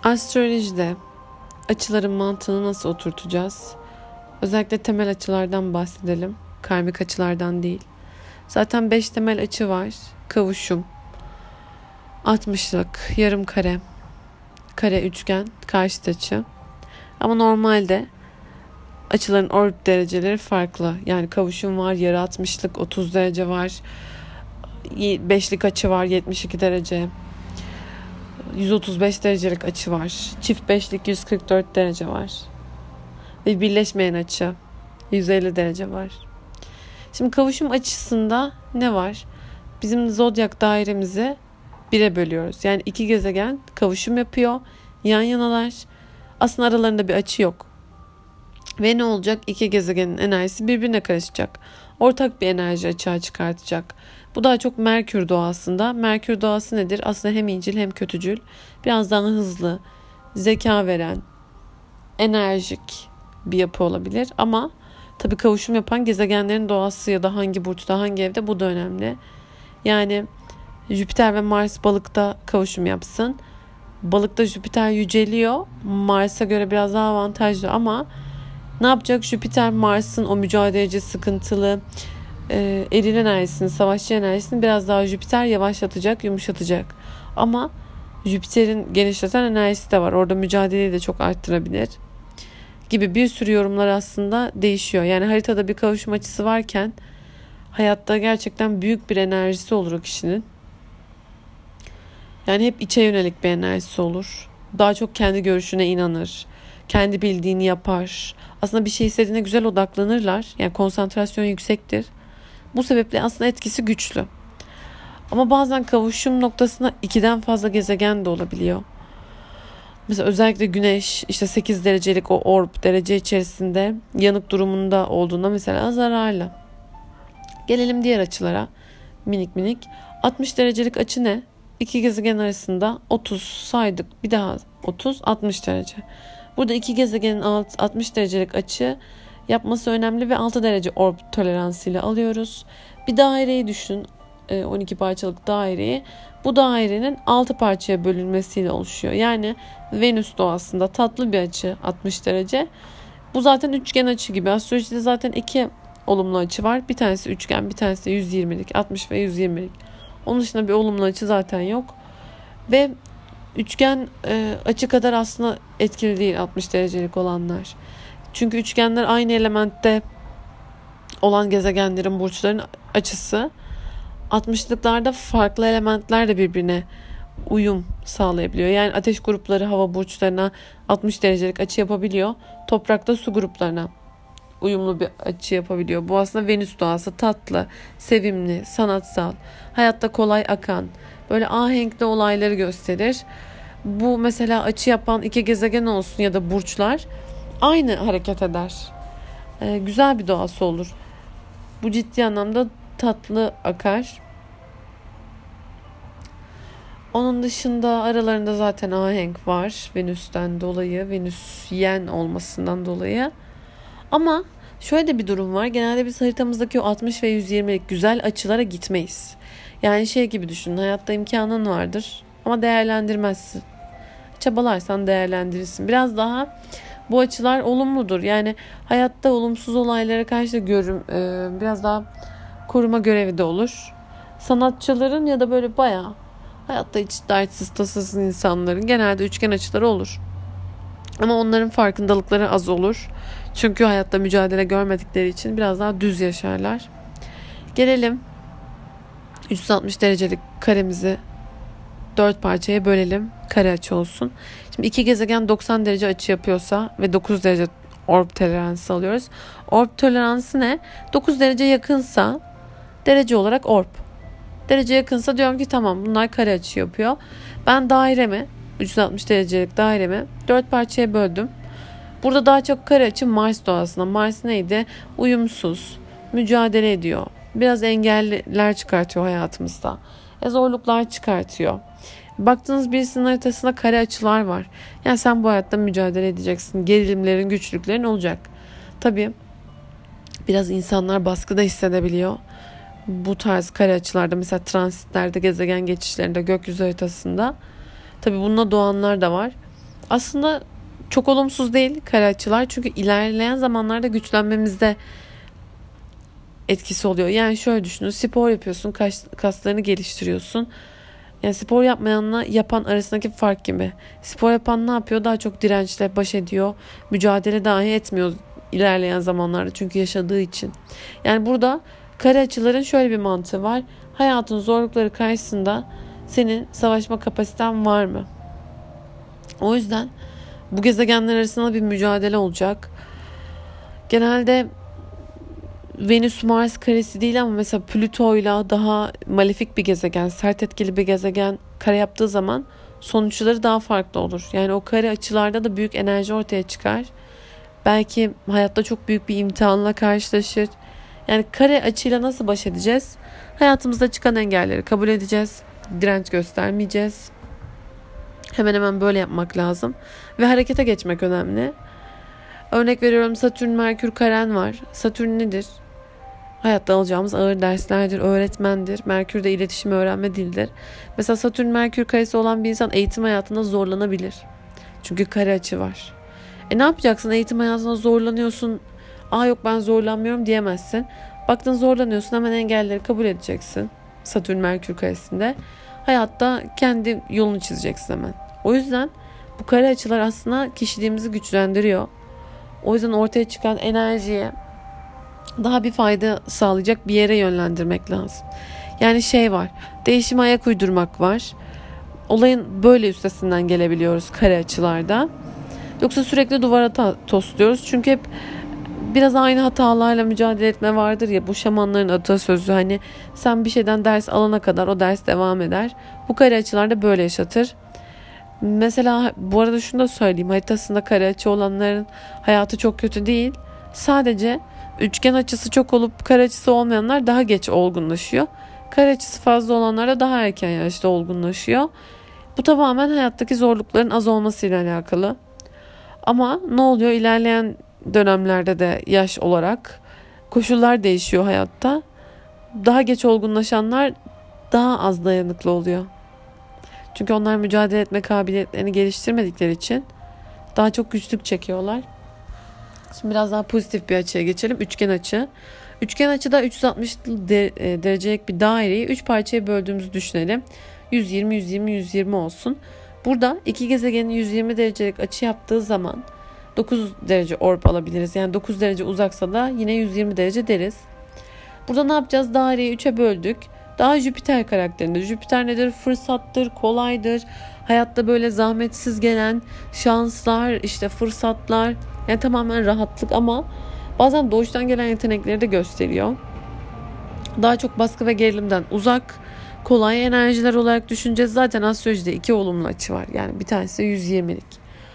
Astrolojide açıların mantığını nasıl oturtacağız? Özellikle temel açılardan bahsedelim. Karmik açılardan değil. Zaten 5 temel açı var. Kavuşum, 60'lık, yarım kare, kare üçgen, karşıt açı. Ama normalde açıların orbit dereceleri farklı. Yani kavuşum var, yarı 60'lık 30 derece var. 5'lik açı var 72 derece. 135 derecelik açı var. Çift 5'lik 144 derece var. Ve birleşmeyen açı 150 derece var. Şimdi kavuşum açısında ne var? Bizim zodyak dairemizi 1'e bölüyoruz. Yani iki gezegen kavuşum yapıyor. Yan yanalar. Aslında aralarında bir açı yok. Ve ne olacak? İki gezegenin enerjisi birbirine karışacak. Ortak bir enerji açığa çıkartacak. Bu daha çok Merkür doğasında. Merkür doğası nedir? Aslında hem iyicil hem kötücül. Biraz daha hızlı, zeka veren, enerjik bir yapı olabilir. Ama tabii kavuşum yapan gezegenlerin doğası ya da hangi burçta, hangi evde bu da önemli. Yani Jüpiter ve Mars balıkta kavuşum yapsın. Balıkta Jüpiter yüceliyor. Mars'a göre biraz daha avantajlı ama ne yapacak? Jüpiter Mars'ın o mücadeleci, sıkıntılı, eril enerjisini, savaşçı enerjisini biraz daha Jüpiter yavaşlatacak, yumuşatacak. Ama Jüpiter'in genişleten enerjisi de var. Orada mücadeleyi de çok arttırabilir. Gibi bir sürü yorumlar aslında değişiyor. Yani haritada bir kavuşum açısı varken hayatta gerçekten büyük bir enerjisi olur o kişinin. Yani hep içe yönelik bir enerjisi olur. Daha çok kendi görüşüne inanır. Kendi bildiğini yapar. Aslında bir şey istediğine güzel odaklanırlar. Yani konsantrasyon yüksektir. Bu sebeple aslında etkisi güçlü. Ama bazen kavuşum noktasına 2'den fazla gezegen de olabiliyor. Mesela özellikle Güneş işte 8 derecelik o orb derece içerisinde yanık durumunda olduğunda mesela zararlı. Gelelim diğer açılara. Minik minik. 60 derecelik açı ne? İki gezegen arasında 30 saydık. Bir daha 30, 60 derece. Burada iki gezegenin 60 derecelik açı yapması önemli ve 6 derece orb toleransıyla alıyoruz. Bir daireyi düşün. 12 parçalık daireyi. Bu dairenin 6 parçaya bölünmesiyle oluşuyor. Yani Venüs doğasında tatlı bir açı 60 derece. Bu zaten üçgen açı gibi. Astrolojide zaten iki olumlu açı var. Bir tanesi üçgen, bir tanesi de 120'lik, 60 ve 120'lik. Onun dışında bir olumlu açı zaten yok. Ve üçgen açı kadar aslında etkili değil 60 derecelik olanlar. Çünkü üçgenler aynı elementte olan gezegenlerin, burçların açısı. 60'lıklarda farklı elementler de birbirine uyum sağlayabiliyor. Yani ateş grupları hava burçlarına 60 derecelik açı yapabiliyor. Toprakta su gruplarına uyumlu bir açı yapabiliyor. Bu aslında Venüs doğası tatlı, sevimli, sanatsal, hayatta kolay akan, böyle ahenkli olayları gösterir. Bu mesela açı yapan iki gezegen olsun ya da burçlar aynı hareket eder. Güzel bir doğası olur. Bu ciddi anlamda tatlı akar. Onun dışında aralarında zaten ahenk var. Venüs'ten dolayı, Venüs yen olmasından dolayı. Ama şöyle de bir durum var. Genelde biz haritamızdaki o 60 ve 120'lik güzel açılara gitmeyiz. Yani şey gibi düşünün. Hayatta imkanın vardır ama değerlendirmezsin. Çabalarsan değerlendirirsin. Biraz daha bu açılar olumludur. Yani hayatta olumsuz olaylara karşı biraz daha koruma görevi de olur. Sanatçıların ya da böyle bayağı hayatta hiç dertsiz tasasız insanların genelde üçgen açıları olur. Ama onların farkındalıkları az olur. Çünkü hayatta mücadele görmedikleri için biraz daha düz yaşarlar. Gelelim 360 derecelik karemizi 4 parçaya bölelim. Kare açı olsun. Şimdi iki gezegen 90 derece açı yapıyorsa ve 9 derece orb toleransı alıyoruz. Orb toleransı ne? 9 derece yakınsa derece olarak orb. Derece yakınsa diyorum ki tamam bunlar kare açı yapıyor. Ben dairemi 360 derecelik dairemi 4 parçaya böldüm. Burada daha çok kare açı Mars doğasında. Mars neydi? Uyumsuz, mücadele ediyor. Biraz engeller çıkartıyor hayatımızda. Zorluklar çıkartıyor. Baktığınız birisinin haritasında kare açılar var. Yani sen bu hayatta mücadele edeceksin. Gerilimlerin, güçlüklerin olacak. Tabii biraz insanlar baskıda hissedebiliyor. Bu tarz kare açılarda mesela transitlerde, gezegen geçişlerinde, gökyüzü haritasında. Tabii bununla doğanlar da var. Aslında çok olumsuz değil kare açılar. Çünkü ilerleyen zamanlarda güçlenmemizde etkisi oluyor. Yani şöyle düşünün. Spor yapıyorsun. Kaslarını geliştiriyorsun. Yani spor yapmayanla yapan arasındaki fark gibi. Spor yapan ne yapıyor? Daha çok dirençle baş ediyor. Mücadele dahi etmiyor ilerleyen zamanlarda. Çünkü yaşadığı için. Yani burada kare açıların şöyle bir mantığı var. Hayatın zorlukları karşısında senin savaşma kapasiten var mı? O yüzden bu gezegenler arasında bir mücadele olacak. Genelde Venüs-Mars karesi değil ama mesela Plüto'yla daha malefik bir gezegen, sert etkili bir gezegen kare yaptığı zaman sonuçları daha farklı olur. Yani o kare açılarda da büyük enerji ortaya çıkar. Belki hayatta çok büyük bir imtihanla karşılaşır. Yani kare açıyla nasıl baş edeceğiz? Hayatımızda çıkan engelleri kabul edeceğiz. Direnç göstermeyeceğiz. Hemen hemen böyle yapmak lazım. Ve harekete geçmek önemli. Örnek veriyorum, Satürn Merkür karen var. Satürn nedir? Hayatta alacağımız ağır derslerdir, öğretmendir. Merkür de iletişim, öğrenme, dildir. Mesela Satürn Merkür karesi olan bir insan eğitim hayatında zorlanabilir. Çünkü kare açı var. Ne yapacaksın? Eğitim hayatında zorlanıyorsun. Yok ben zorlanmıyorum diyemezsin. Baktın zorlanıyorsun, hemen engelleri kabul edeceksin. Satürn Merkür karesinde. Hayatta kendi yolunu çizeceksin hemen. O yüzden bu kare açılar aslında kişiliğimizi güçlendiriyor. O yüzden ortaya çıkan enerjiye daha bir fayda sağlayacak bir yere yönlendirmek lazım. Yani var, değişime ayak uydurmak var. Olayın böyle üstesinden gelebiliyoruz kare açılarda. Yoksa sürekli duvara tosluyoruz. Çünkü hep biraz aynı hatalarla mücadele etme vardır ya, bu şamanların atasözü, hani sen bir şeyden ders alana kadar o ders devam eder. Bu kare açılarda böyle yaşatır. Mesela bu arada şunu da söyleyeyim, haritasında kare açı olanların hayatı çok kötü değil. Sadece üçgen açısı çok olup kare açısı olmayanlar daha geç olgunlaşıyor. Kare açısı fazla olanlar da daha erken yaşta olgunlaşıyor. Bu tamamen hayattaki zorlukların az olmasıyla alakalı. Ama ne oluyor? İlerleyen dönemlerde de yaş olarak koşullar değişiyor hayatta. Daha geç olgunlaşanlar daha az dayanıklı oluyor. Çünkü onlar mücadele etme kabiliyetlerini geliştirmedikleri için daha çok güçlük çekiyorlar. Şimdi biraz daha pozitif bir açıya geçelim. Üçgen açı. Üçgen açıda 360 derecelik bir daireyi 3 parçaya böldüğümüzü düşünelim. 120, 120, 120 olsun. Burada iki gezegenin 120 derecelik açı yaptığı zaman 9 derece orb alabiliriz. Yani 9 derece uzaksa da yine 120 derece deriz. Burada ne yapacağız? Daireyi 3'e böldük. Daha Jüpiter karakterinde. Jüpiter nedir? Fırsattır, kolaydır. Hayatta böyle zahmetsiz gelen şanslar, işte fırsatlar. Yani tamamen rahatlık ama bazen doğuştan gelen yetenekleri de gösteriyor. Daha çok baskı ve gerilimden uzak, kolay enerjiler olarak düşüneceğiz. Zaten astrolojide 2 olumlu açı var. Yani bir tanesi 120'lik.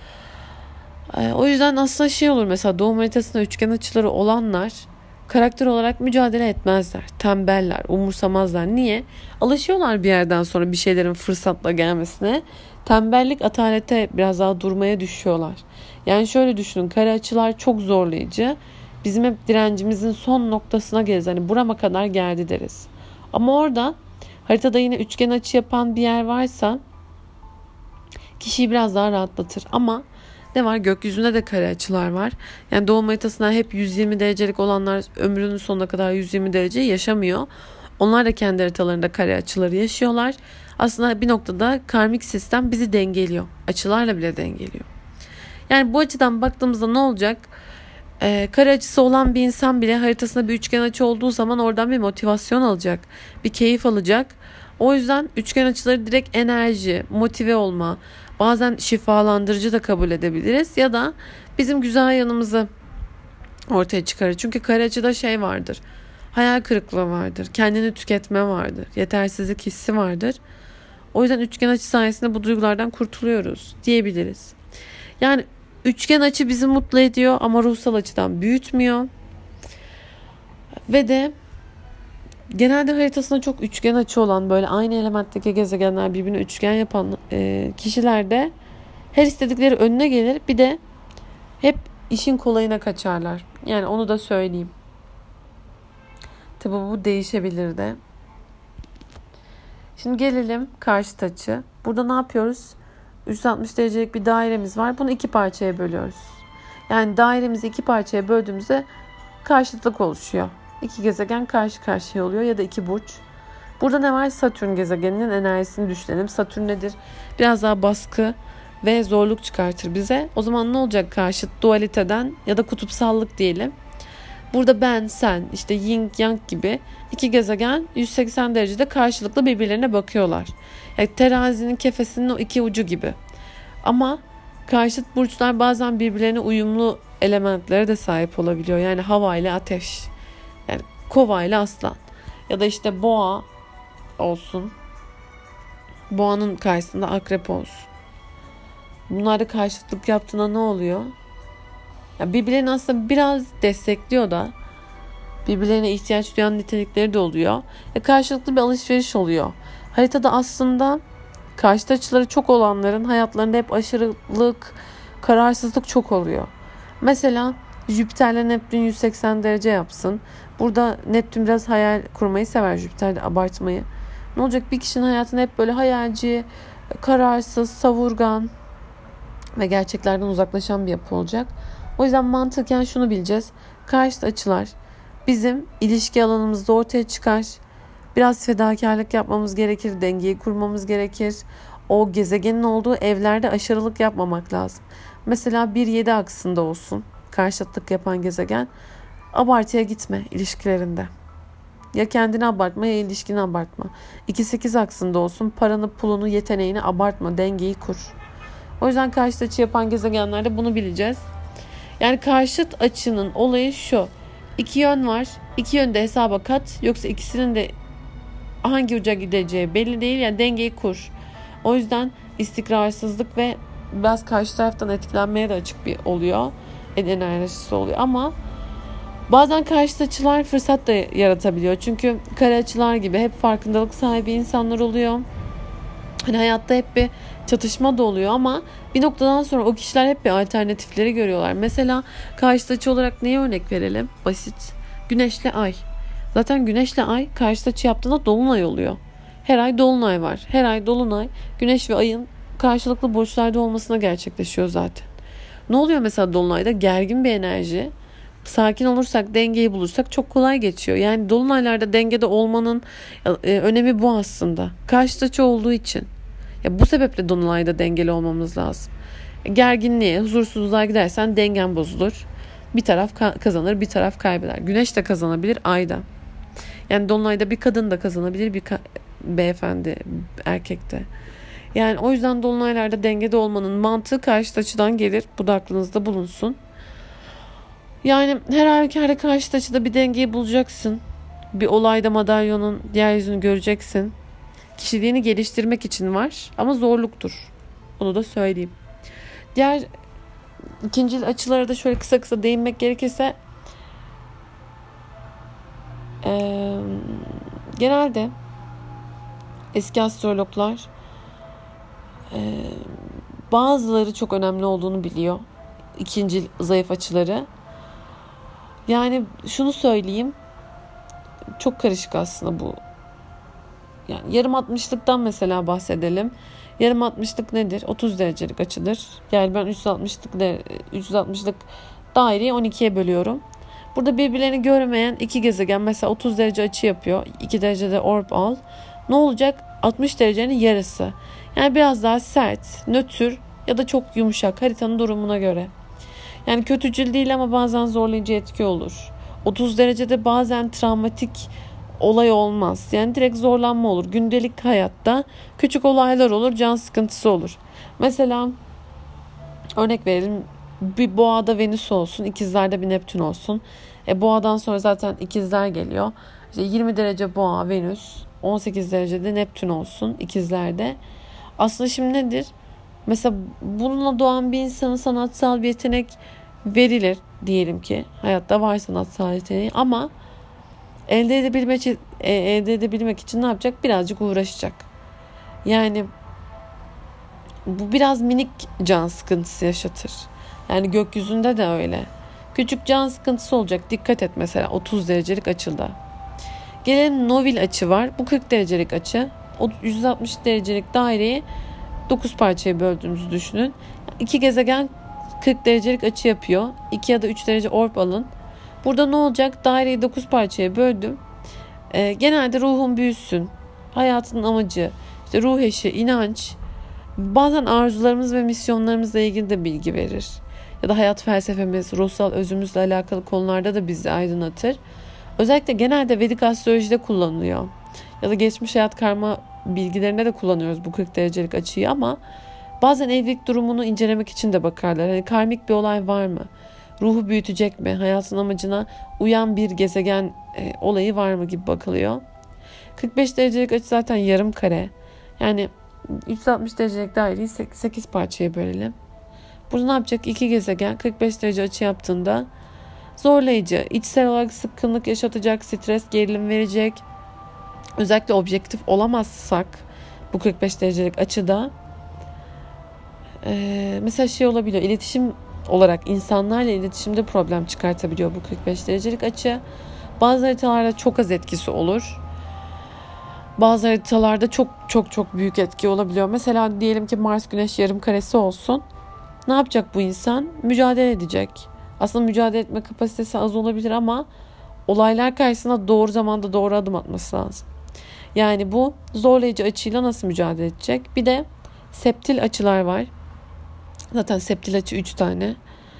O yüzden aslında olur, mesela doğum haritasında üçgen açıları olanlar karakter olarak mücadele etmezler. Tembeller, umursamazlar. Niye? Alışıyorlar bir yerden sonra bir şeylerin fırsatla gelmesine. Tembellik, atalete biraz daha durmaya düşüyorlar. Yani şöyle düşünün, kare açılar çok zorlayıcı. Bizim hep direncimizin son noktasına geliriz. Hani burama kadar geldi deriz. Ama orada haritada yine üçgen açı yapan bir yer varsa kişiyi biraz daha rahatlatır. Ama ne var? Gökyüzünde de kare açılar var. Yani doğum haritasında hep 120 derecelik olanlar ömrünün sonuna kadar 120 derece yaşamıyor. Onlar da kendi haritalarında kare açıları yaşıyorlar. Aslında bir noktada karmik sistem bizi dengeliyor. Açılarla bile dengeliyor. Yani bu açıdan baktığımızda ne olacak? Kare açısı olan bir insan bile haritasında bir üçgen açı olduğu zaman oradan bir motivasyon alacak. Bir keyif alacak. O yüzden üçgen açıları direkt enerji, motive olma, bazen şifalandırıcı da kabul edebiliriz. Ya da bizim güzel yanımızı ortaya çıkarır. Çünkü kare açıda vardır. Hayal kırıklığı vardır. Kendini tüketme vardır. Yetersizlik hissi vardır. O yüzden üçgen açı sayesinde bu duygulardan kurtuluyoruz diyebiliriz. Yani üçgen açı bizi mutlu ediyor ama ruhsal açıdan büyütmüyor. Ve de genelde haritasında çok üçgen açı olan, böyle aynı elementteki gezegenler birbirine üçgen yapan kişilerde her istedikleri önüne gelir. Bir de hep işin kolayına kaçarlar. Yani onu da söyleyeyim. Tabii bu değişebilir de. Şimdi gelelim karşıt açı. Burada ne yapıyoruz? 360 derecelik bir dairemiz var. Bunu 2 parçaya bölüyoruz. Yani dairemizi 2 parçaya böldüğümüzde karşıtlık oluşuyor. 2 gezegen karşı karşıya oluyor ya da 2 burç. Burada ne var? Satürn gezegeninin enerjisini düşünelim. Satürn nedir? Biraz daha baskı ve zorluk çıkartır bize. O zaman ne olacak karşıt? Dualiteden ya da kutupsallık diyelim. Burada ben, sen, işte yin yang gibi 2 gezegen 180 derecede karşılıklı birbirlerine bakıyorlar. Yani terazinin kefesinin o 2 ucu gibi. Ama karşıt burçlar bazen birbirlerine uyumlu elementlere de sahip olabiliyor. Yani hava ile ateş. Yani kova ile aslan. Ya da işte boğa olsun. Boğanın karşısında akrep olsun. Bunlar da karşıtlık yaptığında ne oluyor? Yani birbirlerini aslında biraz destekliyor da birbirlerine ihtiyaç duyan nitelikleri de oluyor. Karşılıklı bir alışveriş oluyor. Haritada aslında karşıt açıları çok olanların hayatlarında hep aşırılık, kararsızlık çok oluyor. Mesela Jüpiter'le Neptün 180 derece yapsın. Burada Neptün biraz hayal kurmayı sever, Jüpiter'de abartmayı. Ne olacak? Bir kişinin hayatında hep böyle hayalci, kararsız, savurgan ve gerçeklerden uzaklaşan bir yapı olacak. O yüzden mantıken şunu bileceğiz. Karşıt açılar bizim ilişki alanımızda ortaya çıkar. Biraz fedakarlık yapmamız gerekir, dengeyi kurmamız gerekir. O gezegenin olduğu evlerde aşırılık yapmamak lazım. Mesela 1-7 aksında olsun karşıtlık yapan gezegen. Abartıya gitme ilişkilerinde. Ya kendini abartma ya ilişkini abartma. 2-8 aksında olsun paranı, pulunu, yeteneğini abartma, dengeyi kur. O yüzden karşıt açı yapan gezegenlerde bunu bileceğiz. Yani karşıt açının olayı şu. 2 yön var. 2 yönde hesaba kat. Yoksa ikisinin de hangi uca gideceği belli değil. Yani dengeyi kur. O yüzden istikrarsızlık ve biraz karşı taraftan etkilenmeye de açık bir oluyor. Enerjisi oluyor. Ama bazen karşıt açılar fırsat da yaratabiliyor. Çünkü kare açılar gibi hep farkındalık sahibi insanlar oluyor. Hani hayatta hep bir çatışma da oluyor ama bir noktadan sonra o kişiler hep bir alternatifleri görüyorlar. Mesela karşıt açı olarak neye örnek verelim? Basit. Güneşle ay. Zaten güneşle ay karşıt açı yaptığında dolunay oluyor. Her ay dolunay var. Her ay dolunay güneş ve ayın karşılıklı burçlarda olmasına gerçekleşiyor zaten. Ne oluyor mesela dolunayda? Gergin bir enerji. Sakin olursak, dengeyi bulursak çok kolay geçiyor. Yani dolunaylarda dengede olmanın önemi bu aslında. Karşıt açı olduğu için. Ya bu sebeple dolunayda dengeli olmamız lazım. Gerginliğe, huzursuzluğa gidersen dengen bozulur. Bir taraf kazanır, bir taraf kaybeder. Güneş de kazanabilir, ay da. Yani dolunayda bir kadın da kazanabilir, bir beyefendi, erkek de. Yani o yüzden dolunaylarda dengede olmanın mantığı karşıt açıdan gelir. Bu da aklınızda bulunsun. Yani her halükarda karşıt açıda bir dengeyi bulacaksın. Bir olayda madalyonun diğer yüzünü göreceksin. Kişiliğini geliştirmek için var ama zorluktur. Onu da söyleyeyim. Diğer ikinci açılara da şöyle kısa kısa değinmek gerekirse genelde eski astrologlar bazıları çok önemli olduğunu biliyor. İkinci zayıf açıları. Yani şunu söyleyeyim. Çok karışık aslında bu. Yani yarım 60'lıktan mesela bahsedelim. Yarım 60'lık nedir? 30 derecelik açıdır. Yani ben 360'lık daireyi 12'ye bölüyorum. Burada birbirlerini görmeyen iki gezegen mesela 30 derece açı yapıyor. 2 derecede orb al. Ne olacak? 60 derecenin yarısı. Yani biraz daha sert, nötr ya da çok yumuşak haritanın durumuna göre. Yani kötücül değil ama bazen zorlayıcı etki olur. 30 derecede bazen travmatik olay olmaz. Yani direkt zorlanma olur. Gündelik hayatta küçük olaylar olur, can sıkıntısı olur. Mesela örnek verelim, bir boğada Venüs olsun, ikizlerde bir Neptün olsun. Boğadan sonra zaten ikizler geliyor. İşte 20 derece boğa Venüs, 18 derecede Neptün olsun ikizlerde. Aslında şimdi nedir? Mesela bununla doğan bir insana sanatsal bir yetenek verilir diyelim ki. Hayatta var sanatsal yeteneği ama elde edebilmek için ne yapacak? Birazcık uğraşacak. Yani bu biraz minik can sıkıntısı yaşatır. Yani gökyüzünde de öyle. Küçük can sıkıntısı olacak. Dikkat et mesela 30 derecelik açıda. Gelelim novil açı var. Bu 40 derecelik açı. O 160 derecelik daireyi 9 parçaya böldüğümüzü düşünün. 2 gezegen 40 derecelik açı yapıyor. 2 ya da 3 derece orb alın. Burada ne olacak? Daireyi 9 parçaya böldüm. Genelde ruhun büyüsün, hayatın amacı, işte ruh eşi, inanç, bazen arzularımız ve misyonlarımızla ilgili de bilgi verir. Ya da hayat felsefemiz, ruhsal özümüzle alakalı konularda da bizi aydınlatır. Özellikle genelde Vedik astrolojide kullanılıyor. Ya da geçmiş hayat karma bilgilerinde de kullanıyoruz bu 40 derecelik açıyı ama bazen evlilik durumunu incelemek için de bakarlar. Hani karmik bir olay var mı? Ruhu büyütecek mi? Hayatın amacına uyan bir gezegen olayı var mı gibi bakılıyor. 45 derecelik açı zaten yarım kare. Yani 360 derecelik daireyi 8 parçaya bölelim. Burada ne yapacak? 2 gezegen 45 derece açı yaptığında zorlayıcı, içsel olarak sıkkınlık yaşatacak, stres, gerilim verecek. Özellikle objektif olamazsak bu 45 derecelik açıda mesela şey olabiliyor. İletişim olarak insanlarla iletişimde problem çıkartabiliyor bu 45 derecelik açı. Bazı haritalarda çok az etkisi olur. Bazı haritalarda çok büyük etki olabiliyor. Mesela diyelim ki Mars Güneş yarım karesi olsun. Ne yapacak bu insan? Mücadele edecek. Aslında mücadele etme kapasitesi az olabilir ama olaylar karşısında doğru zamanda doğru adım atması lazım. Yani bu zorlayıcı açıyla nasıl mücadele edecek? Bir de septil açılar var. Zaten septil açı 3 tane.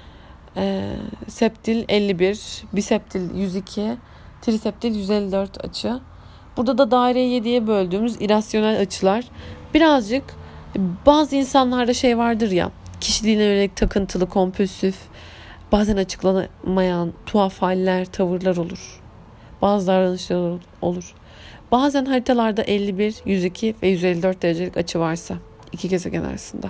Septil 51, biseptil 102, triseptil 154 açı. Burada da daireyi 7'ye böldüğümüz irasyonel açılar. Birazcık bazı insanlarda şey vardır ya, kişiliğine yönelik takıntılı, kompulsif, bazen açıklanamayan tuhaf haller, tavırlar olur. Bazı davranışlar olur. Bazen haritalarda 51, 102 ve 154 derecelik açı varsa iki gezegen arasında.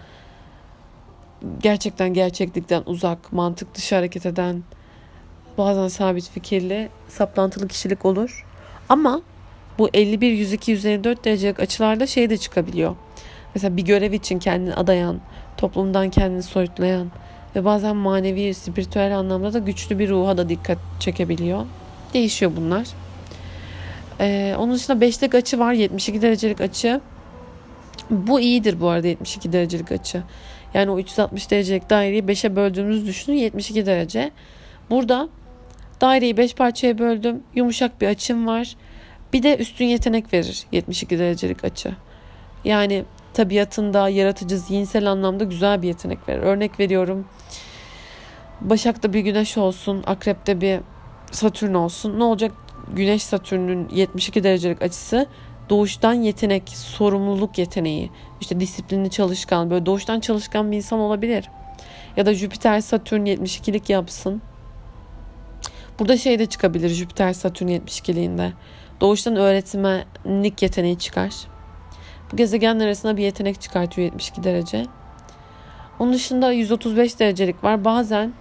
Gerçekten gerçeklikten uzak, mantık dışı hareket eden, bazen sabit fikirli, saplantılı kişilik olur. Ama bu 51, 102, 154 derecelik açılarda şey de çıkabiliyor. Mesela bir görev için kendini adayan, toplumdan kendini soyutlayan ve bazen manevi, spiritüel anlamda da güçlü bir ruha da dikkat çekebiliyor. Değişiyor bunlar. Onun dışında 5'lik açı var, 72 derecelik açı. Bu iyidir bu arada 72 derecelik açı. Yani o 360 derecelik daireyi 5'e böldüğümüzü düşünün, 72 derece. Burada daireyi 5 parçaya böldüm. Yumuşak bir açım var. Bir de üstün yetenek verir 72 derecelik açı. Yani tabiatında yaratıcı, zihinsel anlamda güzel bir yetenek verir. Örnek veriyorum. Başak'ta bir Güneş olsun, Akrep'te bir Satürn olsun. Ne olacak? Güneş Satürn'ün 72 derecelik açısı doğuştan yetenek, sorumluluk yeteneği. İşte disiplinli, çalışkan, böyle doğuştan çalışkan bir insan olabilir. Ya da Jüpiter Satürn 72'lik yapsın. Burada şey de çıkabilir Jüpiter Satürn 72'liğinde. Doğuştan öğretmenlik yeteneği çıkar. Bu gezegenler arasında bir yetenek çıkartıyor 72 derece. Onun dışında 135 derecelik var. Bazen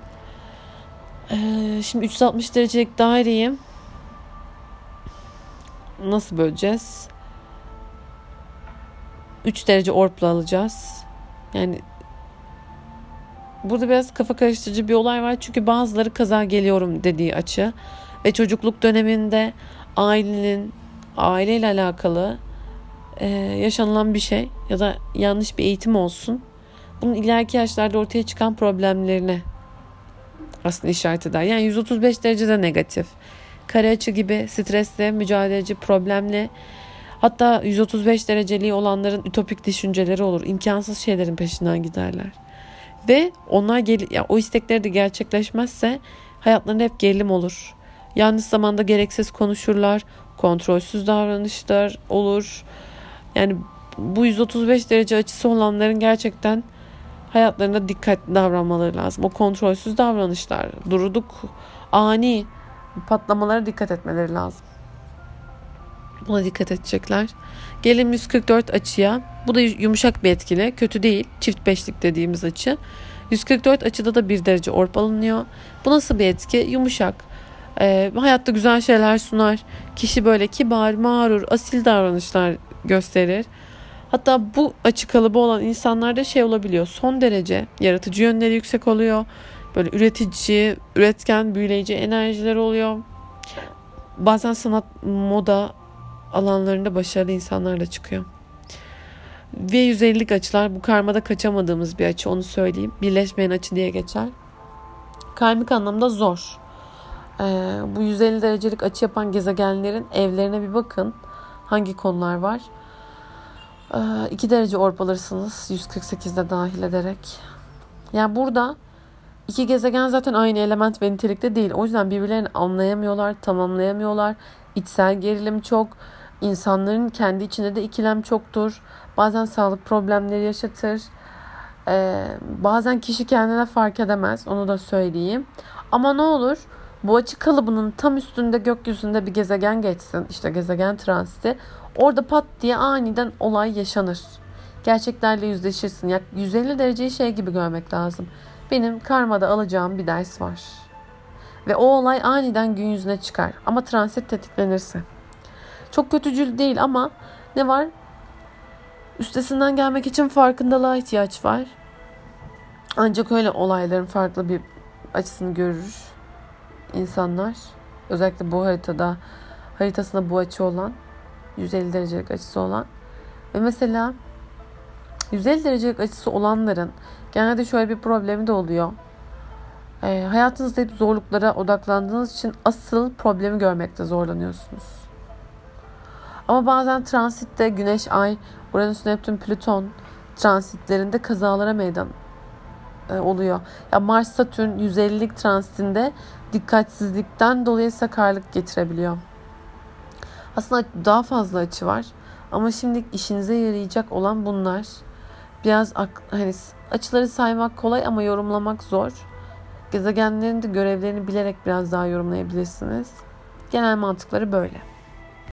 şimdi 360 derecelik daireyi nasıl böleceğiz? 3 derece orpla alacağız. Yani burada biraz kafa karıştırıcı bir olay var. Çünkü bazıları kaza geliyorum dediği açı. Ve çocukluk döneminde aileyle alakalı yaşanılan bir şey ya da yanlış bir eğitim olsun. Bunun ileriki yaşlarda ortaya çıkan problemlerine aslında işaret eder. Yani 135 derecede negatif. Kare açı gibi stresli, mücadeleci, problemli. Hatta 135 dereceliği olanların ütopik düşünceleri olur. İmkansız şeylerin peşinden giderler. Ve onlar o istekleri de gerçekleşmezse hayatlarında hep gerilim olur. Yanlış zamanda gereksiz konuşurlar. Kontrolsüz davranışlar olur. Yani bu 135 derece açısı olanların gerçekten hayatlarında dikkatli davranmaları lazım. O kontrolsüz davranışlar, durduk, ani patlamalara dikkat etmeleri lazım. Buna dikkat edecekler. Gelelim 144 açıya. Bu da yumuşak bir etkili. Kötü değil. Çift beşlik dediğimiz açı. 144 açıda da 1 derece orb alınıyor. Bu nasıl bir etki? Yumuşak. Hayatta güzel şeyler sunar. Kişi böyle kibar, mağrur, asil davranışlar gösterir. Hatta bu açı kalıbı olan insanlarda şey olabiliyor. Son derece yaratıcı yönleri yüksek oluyor. Böyle üretici, üretken, büyüleyici enerjiler oluyor. Bazen sanat, moda alanlarında başarılı insanlar da çıkıyor. Ve 150'lik açılar bu karmada kaçamadığımız bir açı, onu söyleyeyim. Birleşmeyen açı diye geçer. Karmik anlamda zor. Bu 150 derecelik açı yapan gezegenlerin evlerine bir bakın. Hangi konular var? 2 derece orb alırsınız 148'de dahil ederek. Yani burada iki gezegen zaten aynı element ve nitelikte değil. O yüzden birbirlerini anlayamıyorlar, tamamlayamıyorlar. İçsel gerilim çok. İnsanların kendi içinde de ikilem çoktur. Bazen sağlık problemleri yaşatır. Bazen kişi kendine fark edemez. Onu da söyleyeyim. Ama ne olur bu açı kalıbının tam üstünde gökyüzünde bir gezegen geçsin. İşte gezegen transiti. Orada pat diye aniden olay yaşanır. Gerçeklerle yüzleşirsin. 150 dereceyi şey gibi görmek lazım. Benim karmada alacağım bir ders var. Ve o olay aniden gün yüzüne çıkar. Ama transit tetiklenirse. Çok kötücül değil ama ne var? Üstesinden gelmek için farkındalığa ihtiyaç var. Ancak öyle olayların farklı bir açısını görür insanlar. Özellikle bu haritasında bu açı olan, 150 derecelik açısı olan. Ve mesela 150 derecelik açısı olanların genelde şöyle bir problemi de oluyor. Hayatınızda hep zorluklara odaklandığınız için asıl problemi görmekte zorlanıyorsunuz. Ama bazen transitte Güneş, Ay, Uranüs, Neptün, Plüton transitlerinde kazalara meydan oluyor. Ya Mars, Satürn 150'lik transitinde dikkatsizlikten dolayı sakarlık getirebiliyor. Aslında daha fazla açı var. Ama şimdi işinize yarayacak olan bunlar. Biraz hani açıları saymak kolay ama yorumlamak zor. Gezegenlerin de görevlerini bilerek biraz daha yorumlayabilirsiniz. Genel mantıkları böyle.